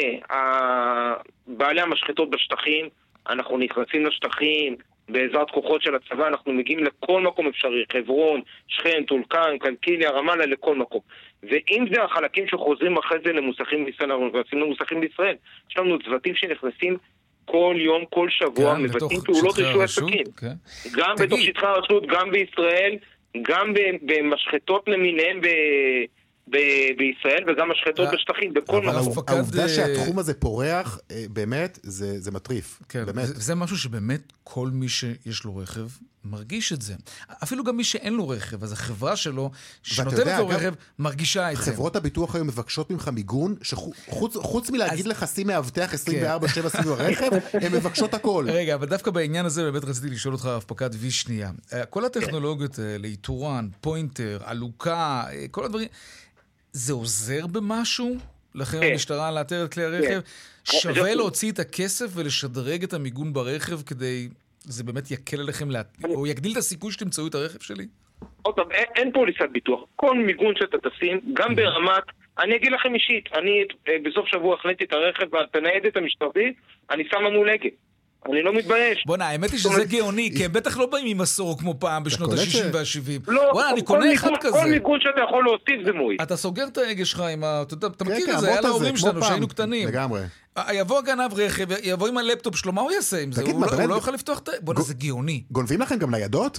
בעלי המשחטות בשטחים, אנחנו נכנסים לשטחים, בעזרת כוחות של הצבא אנחנו מגיעים לכל מקום אפשרי, חברון, שכם, טולקן, קלקיליה, רמאללה, לכל מקום. ואם זה החלקים שחוזרים אחרי זה למוסכים בישראל, אנחנו נכנסים למוסכים בישראל. יש לנו צוותים שנכנסים כל יום, כל שבוע, מבצעים פעולות רישוי עסקים. גם בתוך שטחי הרשות, גם בישראל, גם במשחטות למיניהם בישראל, וגם משחטות בשטחים, בכל מקום. העובדה שהתחום הזה פורח, באמת, זה מטריף. זה משהו שבאמת כל מי שיש לו רכב מרגיש את זה. אפילו גם מי שאין לו רכב, אז החברה שלו, שנותנת לו רכב, מרגישה את זה. חברות הביטוח היום מבקשות ממך מיגון, שחוץ מלהגיד לך שים מאבטח 24/7 סביב הרכב, הן מבקשות הכל. רגע, אבל דווקא בעניין הזה באמת רציתי לשאול אותך, רב-פקד וישנייה. כל הטכנולוגיות לאיתורן, פוינטר, עלוקה, כל הדברים, זה עוזר במשהו לכם המשטרה לאתר את כלי הרכב? שווה להוציא את הכסף ולשדרג את המיגון ברכב כדי... זה באמת יקל עליכם, או יגדיל את הסיכוי שתמצאו את הרכב שלי? עוד פעם, אין פוליסת ביטוח. כל מיגון שאתה תשים, גם ברמת, אני אגיד לכם אישית, אני בסוף שבוע החלטתי את הרכב, ואת הניידת המשטרתית, אני שם לנו לגת. אני לא מתבייש. בוא'נה, האמת היא שזה גאוני, כי הם בטח לא באים עם מסור כמו פעם בשנות ה-60 וה-70. לא, וואלה, אני קונה אחד כזה. כל מיגון שאתה יכול להוסיף זה מועיל. אתה סוגר את ההגה שלך עם ה... אתה מכיר את זה, היה להורים שלנו שהיינו קטנים. לגמרי. יבוא הגנב רכב, יבוא עם הלפטופ שלו, מה הוא יעשה עם זה? הוא לא יוכל לפתוח את... בוא'נה, זה גאוני. גונבים לכם גם ניידות?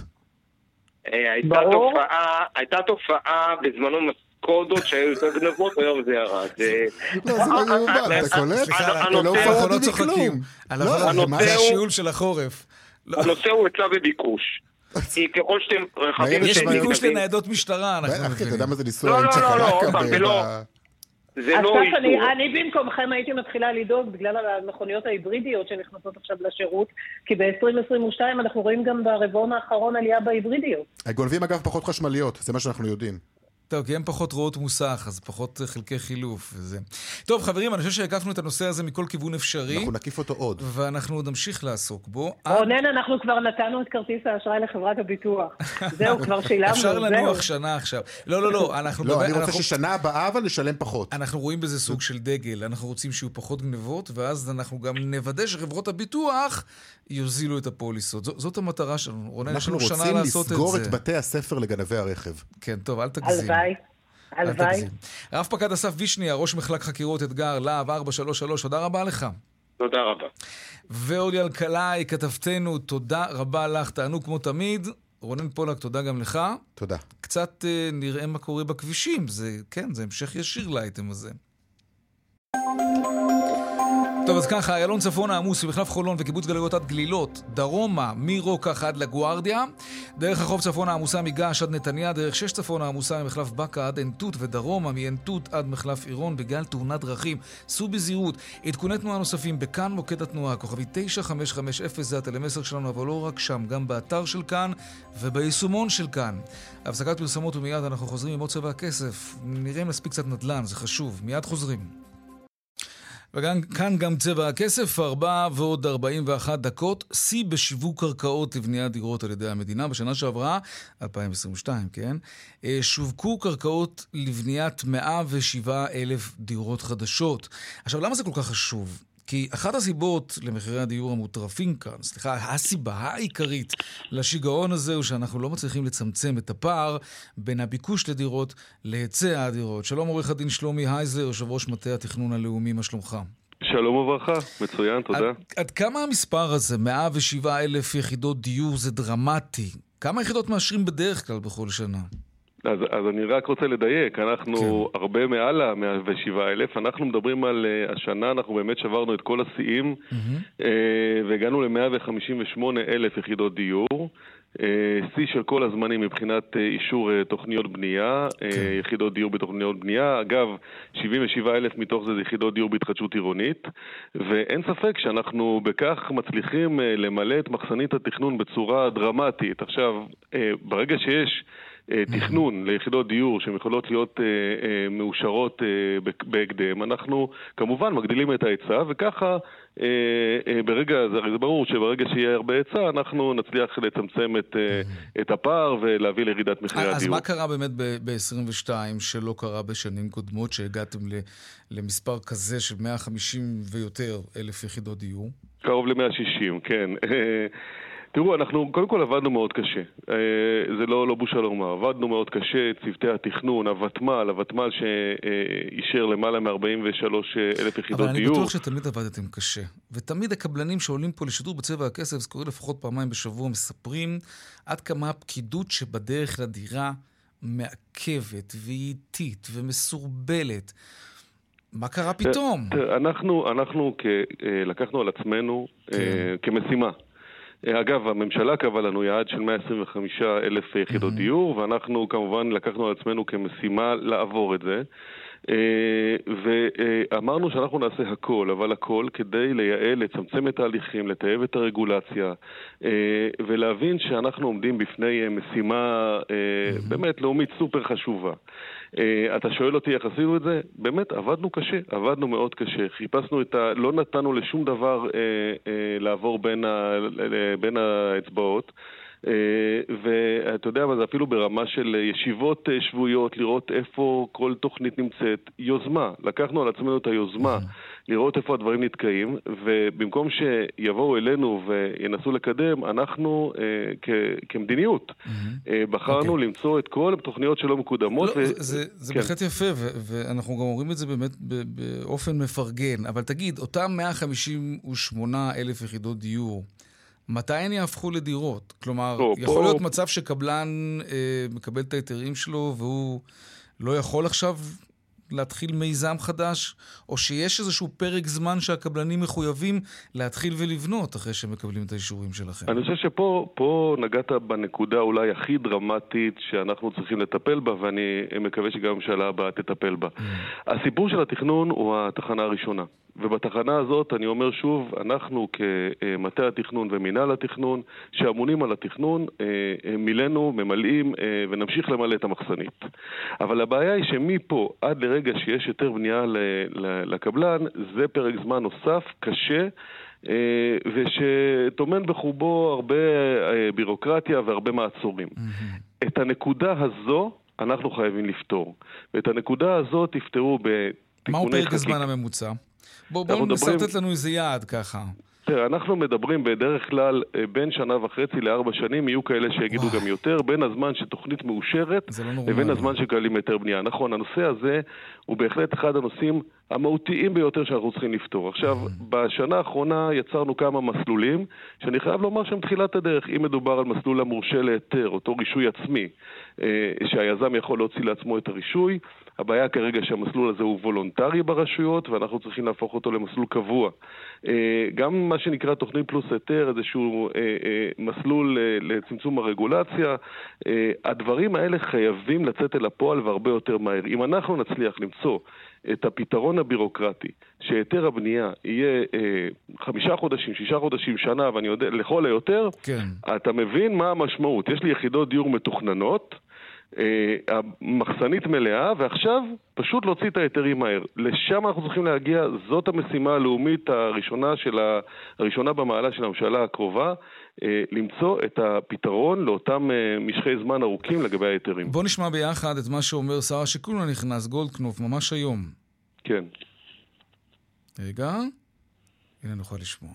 הייתה תופעה בזמנו קודות שהיו יותר גנבות, היום זה ירד. לא, זה לא יאומן, אתה קולט? אנחנו לא צוחקים. זה השיעול של החורף. הנושא הוא היצע וביקוש. כי ככל שאתם רחבים... יש ביקוש לניידות משטרה, אנחנו מבינים. אחי, אתה יודע מה זה לא, לנסוע עם צ'קלקה זה לא איסור. אני במקומכם הייתי מתחילה לדאוג בגלל המכוניות ההיברידיות שנכנסות עכשיו לשירות, כי ב-2022 אנחנו רואים גם ברבעון האחרון עלייה בהיברידיות. הגונבים אגב פחות חשמליות, זה מה שאנחנו יודעים. טוב, כי הם פחות רואות מוסך, אז פחות חלקי חילוף וזה. טוב, חברים, אני חושב שהקפנו את הנושא הזה מכל כיוון אפשרי. אנחנו נקיף אותו עוד. ואנחנו עוד נמשיך לעסוק בו. רונן, אנחנו כבר נתנו את כרטיס האשראי לחברת הביטוח. זהו, כבר שילמנו, אפשר לנוח שנה עכשיו. לא, אני רוצה ששנה הבאה אבל נשלם פחות. אנחנו רואים בזה סוג של דגל. אנחנו רוצים שיהיו פחות גנבות, ואז אנחנו גם נוודא שחברות הביטוח יוזילו את הפוליסות. זאת המטרה שלנו. רונן, אנחנו רוצים לסגור את בתי הספר לגנבי הרכב. כן, טוב, אל תגזים. הלוואי. רב פקד אסף וישנייה, ראש מחלק חקירות אתגר, להב 433, תודה רבה לך. תודה רבה. ואולי אלקלעי, כתבתנו, תודה רבה לך, תענו כמו תמיד. רונן פולק, תודה גם לך. תודה. קצת נראה מה קורה בכבישים, זה המשך ישיר לאייטם הזה. טוב, אז ככה, איילון צפון העמוס במחלף חולון וקיבוץ גלויות עד גלילות, דרומה מרוקח עד לגוארדיה, דרך החוף צפון העמוסה מגש עד נתניה, דרך 6 צפון העמוסה ממחלף בקה עד עין תות, ודרומה מעין תות עד מחלף עירון בגלל תאונת דרכים. סעו בזהירות. עדכוני תנועה נוספים בכאן מוקד התנועה, כוכבי 9550, זה הטלמסר שלנו, אבל לא רק שם, גם באתר של כאן וביישומון של כאן. הפסקת פרסומות ומיד אנחנו חוזרים עם עוד צבע הכסף. נראה אם נספיק קצת נדל"ן, זה חשוב. מיד חוזרים. וכאן גם צבע הכסף, 4:41, שיא בשיווק קרקעות לבניית דירות על ידי המדינה. בשנה שעברה, 2022, כן? שווקו קרקעות לבניית 107,000 דירות חדשות. עכשיו, למה זה כל כך חשוב? כי אחת הסיבות למחירי הדיור המוטרפים כאן, הסיבה העיקרית לשיגעון הזה הוא שאנחנו לא מצליחים לצמצם את הפער בין הביקוש לדירות להיצע הדירות. שלום עורך הדין שלומי הייזלר, יושב ראש מטה התכנון הלאומי, מה שלומך? שלום וברכה, מצוין, תודה. עד כמה המספר הזה, 107,000 יחידות דיור, זה דרמטי? כמה יחידות מאשרים בדרך כלל בכל שנה? אז אני רק רוצה לדייק, אנחנו הרבה מעל ה-107,000, אנחנו מדברים על השנה, אנחנו באמת שברנו את כל השיאים, והגענו ל-158,000 יחידות דיור, שיא של כל הזמנים מבחינת אישור תוכניות בנייה, יחידות דיור בתוכניות בנייה, אגב, 77,000 מתוך זה יחידות דיור בהתחדשות עירונית, ואין ספק שאנחנו בכך מצליחים למלא את מחסנית התכנון בצורה דרמטית. עכשיו, ברגע שיש תכנון ליחידות דיור שהן יכולות להיות מאושרות בהקדם, אנחנו כמובן מגדילים את ההיצע, וככה ברגע, זה ברור שברגע שיהיה הרבה היצע, אנחנו נצליח לצמצם את הפער ולהביא לירידת מחירי הדיור. אז מה קרה באמת ב-22 שלא קרה בשנים קודמות, שהגעתם למספר כזה של 150 ויותר אלף יחידות דיור? קרוב ל-160, כן. תראו, אנחנו קודם כל עבדנו מאוד קשה. זה לא בושה לומר. עבדנו מאוד קשה, צוותי התכנון, הוותמ"ל שאישר למעלה מ-43,000 יחידות דיור. אבל אני בטוח שתמיד עבדתם קשה. ותמיד הקבלנים שעולים פה לשידור בצבע הכסף, זה קורה לפחות פעמיים בשבוע, מספרים עד כמה הפקידות שבדרך לדירה מעכבת ואיטית ומסורבלת. מה קרה פתאום? אנחנו לקחנו על עצמנו כמשימה. אגב, הממשלה קבעה לנו יעד של 125,000 יחידות דיור, ואנחנו כמובן לקחנו על עצמנו כמשימה לעבור את זה. ואמרנו שאנחנו נעשה הכל, אבל הכל כדי לייעל, לצמצם את ההליכים, לטייב את הרגולציה, ולהבין שאנחנו עומדים בפני משימה באמת לאומית סופר חשובה. אתה שואל אותי איך עשינו את זה? באמת, עבדנו קשה, עבדנו מאוד קשה. חיפשנו לא נתנו לשום דבר לעבור בין האצבעות. ואתה יודע מה, זה אפילו ברמה של ישיבות שבועיות, לראות איפה כל תוכנית נמצאת, יוזמה, לקחנו על עצמנו את היוזמה, לראות איפה הדברים נתקעים, ובמקום שיבואו אלינו וינסו לקדם, אנחנו כמדיניות בחרנו למצוא את כל התוכניות שלא מקודמות. זה בהחלט יפה, ואנחנו גם אומרים את זה באמת באופן מפרגן, אבל תגיד, אותם 158,000 יחידות דיור, מתי הן יהפכו לדירות? כלומר, יכול להיות מצב שקבלן מקבל את היתרים שלו והוא לא יכול עכשיו להתחיל מיזם חדש, או שיש איזשהו פרק זמן שהקבלנים מחויבים להתחיל ולבנות אחרי שהם מקבלים את האישורים שלכם? אני חושב שפה נגעת בנקודה אולי הכי דרמטית שאנחנו צריכים לטפל בה, ואני מקווה שגם הממשלה הבאה תטפל בה. הסיפור של התכנון הוא התחנה הראשונה. ובתחנה הזאת אני אומר שוב, אנחנו כמטה התכנון ומינהל התכנון, שאמונים על התכנון, מילאנו, ממלאים ונמשיך למלא את המחסנית. אבל הבעיה היא שמפה עד לרגע שיש יותר בנייה לקבלן, זה פרק זמן נוסף, קשה, ושתומן בחובו הרבה בירוקרטיה והרבה מעצורים. את הנקודה הזו אנחנו חייבים לפתור. ואת הנקודה הזו תפתרו בתיקוני חקיקה. מהו פרק הזמן הממוצע? בואו נסרטט לנו איזה יעד ככה. תראה, אנחנו מדברים בדרך כלל בין 1.5 ל4 שנים, יהיו כאלה שיגידו גם יותר, בין הזמן שתוכנית מאושרת לבין הזמן שקלים יותר בנייה. נכון, הנושא הזה הוא בהחלט אחד הנושאים המהותיים ביותר שאנחנו צריכים לפתור. עכשיו, בשנה האחרונה יצרנו כמה מסלולים, שאני חייב לומר שהם תחילת הדרך. אם מדובר על מסלול המורשה להיתר, אותו רישוי עצמי, שהיזם יכול להוציא לעצמו את הרישוי, הבעיה כרגע שהמסלול הזה הוא וולונטרי ברשויות, ואנחנו צריכים להפוך אותו למסלול קבוע. גם מה שנקרא תוכנית פלוס היתר, איזשהו מסלול לצמצום הרגולציה, הדברים האלה חייבים לצאת אל הפועל והרבה יותר מהר. אם אנחנו נצליח למצוא את הפתרון הבירוקרטי, שהיתר הבנייה יהיה 5 חודשים, 6 חודשים, שנה, ואני יודע, לכל היותר, אתה מבין מה המשמעות. יש לי יחידות דיור מתוכננות, המחסנית מלאה, ועכשיו פשוט להוציא את היתרים מהר. לשם אנחנו צריכים להגיע, זאת המשימה הלאומית הראשונה במעלה של הממשלה הקרובה, למצוא את הפתרון לאותם משכי זמן ארוכים לגבי היתרים. בוא נשמע ביחד את מה שאומר שר השיכון הנכנס, גולדקנופ, ממש היום. כן. רגע, הנה נוכל לשמוע.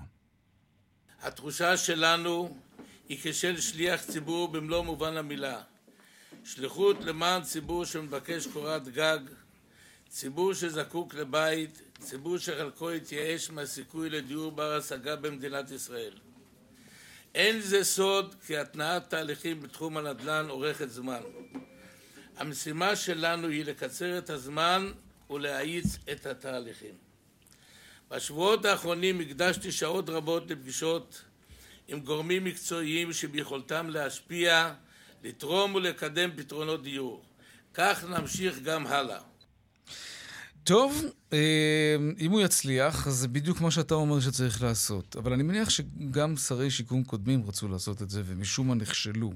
התחושה שלנו היא כשל שליח ציבור במלוא מובן המילה. שליחות למען ציבור שמבקש קורת גג, ציבור שזקוק לבית, ציבור שחלקו התייאש מהסיכוי לדיור בר השגה במדינת ישראל. אין זה סוד כי התנעת תהליכים בתחום הנדל"ן אורכת זמן. המשימה שלנו היא לקצר את הזמן ולהאיץ את התהליכים. בשבועות האחרונים הקדשתי שעות רבות לפגישות עם גורמים מקצועיים שביכולתם להשפיע, לתרום ולקדם פתרונות דיור. כך נמשיך גם הלאה. טוב, אם הוא יצליח, אז זה בדיוק מה שאתה אומר שצריך לעשות. אבל אני מניח שגם שרי שיקום קודמים רצו לעשות את זה, ומשום מה נכשלו.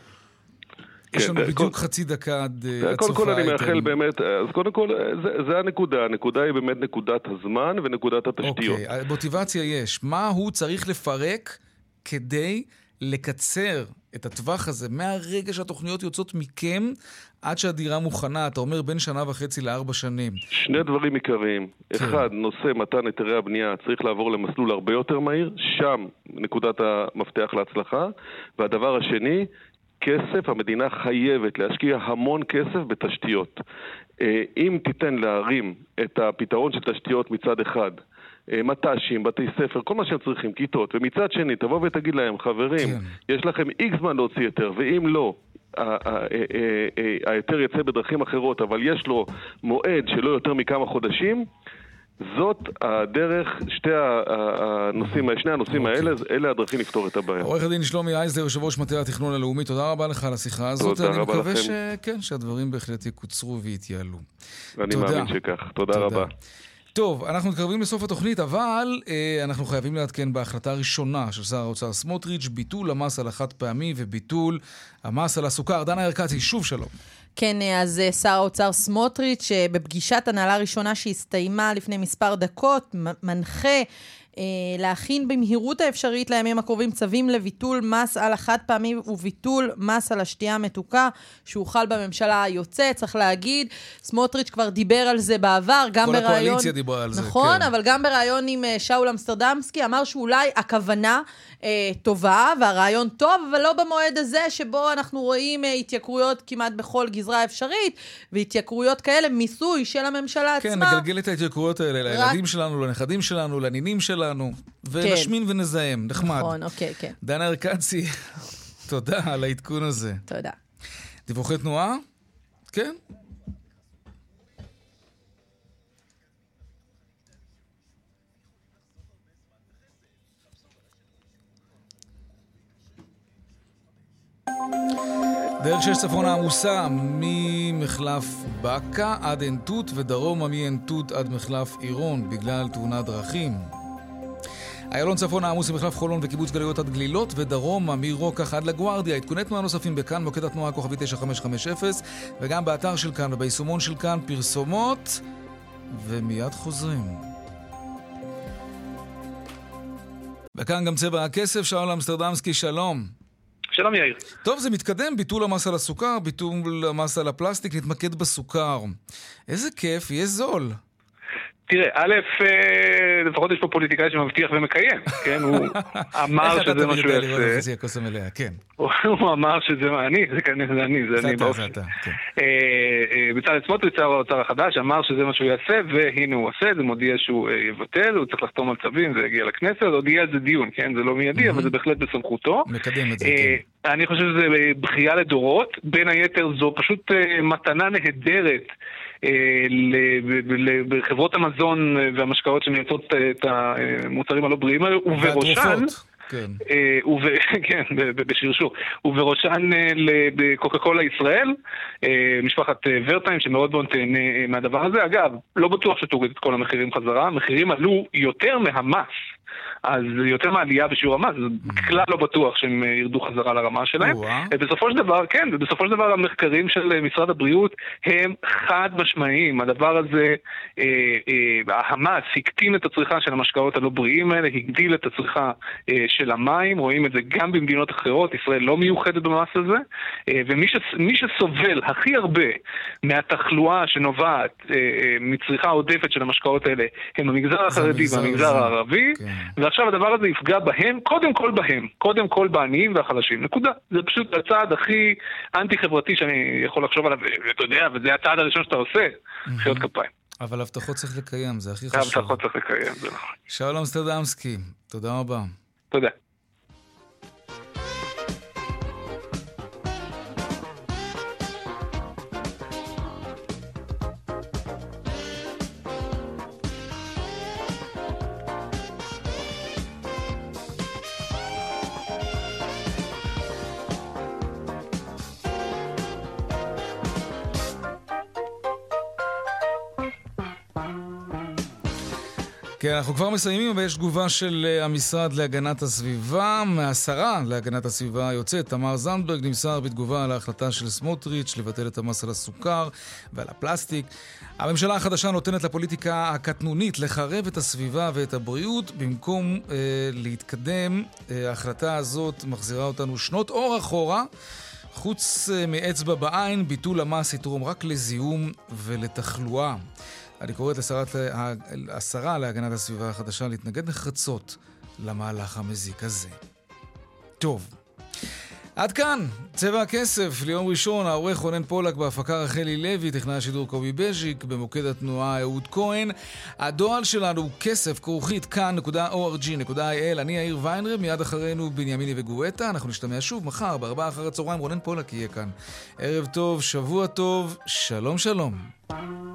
יש לנו בדיוק חצי דקה עד הצופה. קודם כל אני מאחל באמת, אז קודם כל זה הנקודה. הנקודה היא באמת נקודת הזמן ונקודת התשתיות. אוקיי, מוטיבציה יש. מה הוא צריך לפרק כדי לקצר את הטווח הזה מהרגע שהתוכניות יוצאות מכם עד שהדירה מוכנה? אתה אומר בין 1.5 ל4 שנים. שני דברים עיקריים. אחד, נושא מתן היתרי הבנייה צריך לעבור למסלול הרבה יותר מהיר, שם נקודת המפתח להצלחה. והדבר השני, כסף, המדינה חייבת להשקיע המון כסף בתשתיות. אם תיתן להרים את הפתרון של תשתיות מצד אחד, מט"שים, בתי ספר, כל מה שהם צריכים, כיתות, ומצד שני תבוא ותגיד להם, חברים, יש לכם X זמן להוציא יותר, ואם לא, היתר יצא בדרכים אחרות, אבל יש לו מועד שלא יותר מכמה חודשים, זאת הדרך, שני הנושאים האלה, אלה הדרכים לפתור את הבעיה. עורך הדין שלומי אייזלר, יושב ראש מטה התכנון הלאומי, תודה רבה לך על השיחה הזאת. אני מקווה שהדברים בהחלט יקוצרו ויתייעלו. אני מאמין שכך. תודה רבה. טוב, אנחנו מתקרבים לסוף התוכנית, אבל אנחנו חייבים לעדכן בהחלטה הראשונה של שר האוצר סמוטריץ', ביטול המס על החד פעמי וביטול המס על הסוכר. דנה ירקצי, שוב שלום. כן, אז שר האוצר סמוטריץ' בפגישת הנהלה ראשונה שהסתיימה לפני מספר דקות, מנחה להכין במהירות האפשרית לימים הקרובים צווים לביטול מס על החד פעמי וביטול מס על השתייה המתוקה שהוחל בממשלה היוצא. צריך להגיד, סמוטריץ' כבר דיבר על זה בעבר, גם כל ברעיון, הקואליציה דיברה על זה. נכון, כן. אבל גם ברעיון עם שאול אמסטרדמסקי, אמר שאולי הכוונה טובה והרעיון טוב, אבל לא במועד הזה שבו אנחנו רואים התייקרויות כמעט בכל גזרה אפשרית, והתייקרויות כאלה, מיסוי של הממשלה עצמה. כן, נגלגל את ההתייקרויות האלה לילדים שלנו, לנכדים שלנו, לנינים שלנו, ונשמין ונזהם, נחמד. נכון, אוקיי, כן. דנה ירקצי, תודה על העדכון הזה. תודה. דיווחי תנועה? כן. דרך 6 צפונה עמוסה ממחלף בקה עד עין-תות ודרומה מעין-תות עד מחלף עירון בגלל תאונת דרכים. איילון צפונה עמוס ממחלף חולון וקיבוץ גלויות עד גלילות ודרומה מרוקח עד לגוארדיה. עדכוני תנועה נוספים בכאן, מוקד התנועה כוכבי 9550 וגם באתר של כאן וביישומון של כאן. פרסומות ומיד חוזרים. וכאן גם צבע הכסף, שאול אמסטרדמסקי, שלום. שלום יאיר. טוב, זה מתקדם, ביטול המס על הסוכר, ביטול המס על הפלסטיק, נתמקד בסוכר. איזה כיף, יהיה זול. תראה, א', לפחות יש פה פוליטיקאי שמבטיח ומקיים, כן? הוא אמר שזה מה שהוא יעשה. הוא אמר שזה מה, זה אני באופן. בצלאל סמוטריץ', שר האוצר החדש, אמר שזה מה שהוא יעשה, והנה הוא עושה, זה מודיע שהוא יבטל, הוא צריך לחתום על צווים, זה יגיע לכנסת, עוד יהיה על זה דיון, כן? זה לא מיידי, אבל זה בהחלט בסמכותו. מקדם את זה, כן. אני חושב שזה בכייה לדורות, בין היתר זו פשוט מתנה נהדרת בחברות המזון והמשקאות שמייצרות את המוצרים הלא בריאים האלה, ובראשן, כן, בשרשור, ובראשן בקוקה קולה ישראל, משפחת ורטיים שמאוד מאוד תהנה מהדבר הזה. אגב, לא בטוח שתוריד את כל המחירים חזרה, המחירים עלו יותר מהמס, אז יותר מעלייה בשיעור המס, זה כלל לא בטוח שהם ירדו חזרה לרמה שלהם. בסופו של דבר, כן, ובסופו של דבר המחקרים של משרד הבריאות הם חד משמעיים. הדבר הזה, המס הקטין את הצריכה של המשקאות הלא בריאים האלה, הגדיל את הצריכה של המים, רואים את זה גם במדינות אחרות, ישראל לא מיוחדת במס הזה, ומי שסובל הכי הרבה מהתחלואה שנובעת מצריכה עודפת של המשקאות האלה, הם המגזר החרדי והמגזר הערבי, ועכשיו הדבר הזה יפגע בהם, קודם כל בעניים והחלשים. נקודה. זה פשוט הצעד הכי אנטי-חברתי שאני יכול לחשוב עליו, ואתה יודע, וזה הצעד הראשון שאתה עושה, חיות כפיים. אבל הבטחות צריך לקיים, זה הכי חשוב. הבטחות צריך לקיים, זה נכון. שאול אמסטרדמסקי, תודה רבה. תודה. כן, אנחנו כבר מסיימים, אבל יש תגובה של המשרד להגנת הסביבה. מהשרה להגנת הסביבה היוצאת, תמר זנדברג, נמסר בתגובה על ההחלטה של סמוטריץ' לבטל את המס על הסוכר ועל הפלסטיק. הממשלה החדשה נותנת לפוליטיקה הקטנונית לחרב את הסביבה ואת הבריאות. במקום להתקדם, ההחלטה הזאת מחזירה אותנו שנות אור אחורה. חוץ מאצבע בעין, ביטול המס יתרום רק לזיהום ולתחלואה. אני קוראת לשרה להגנת הסביבה החדשה להתנגד נחרצות למהלך המזיק הזה. טוב. עד כאן, צבע הכסף, ליום ראשון, העורך רונן פולק, בהפקה רחלי לוי, טכנאי השידור קובי בז'יק, במוקד התנועה אהוד כהן. הדואל שלנו הוא כסף@כאן.org.il. אני יאיר ויינרב, מיד אחרינו בנימיני וגואטה. אנחנו נשתמע שוב מחר, ב16:00, רונן פולק יהיה כאן. ערב טוב, שבוע טוב, שלום שלום.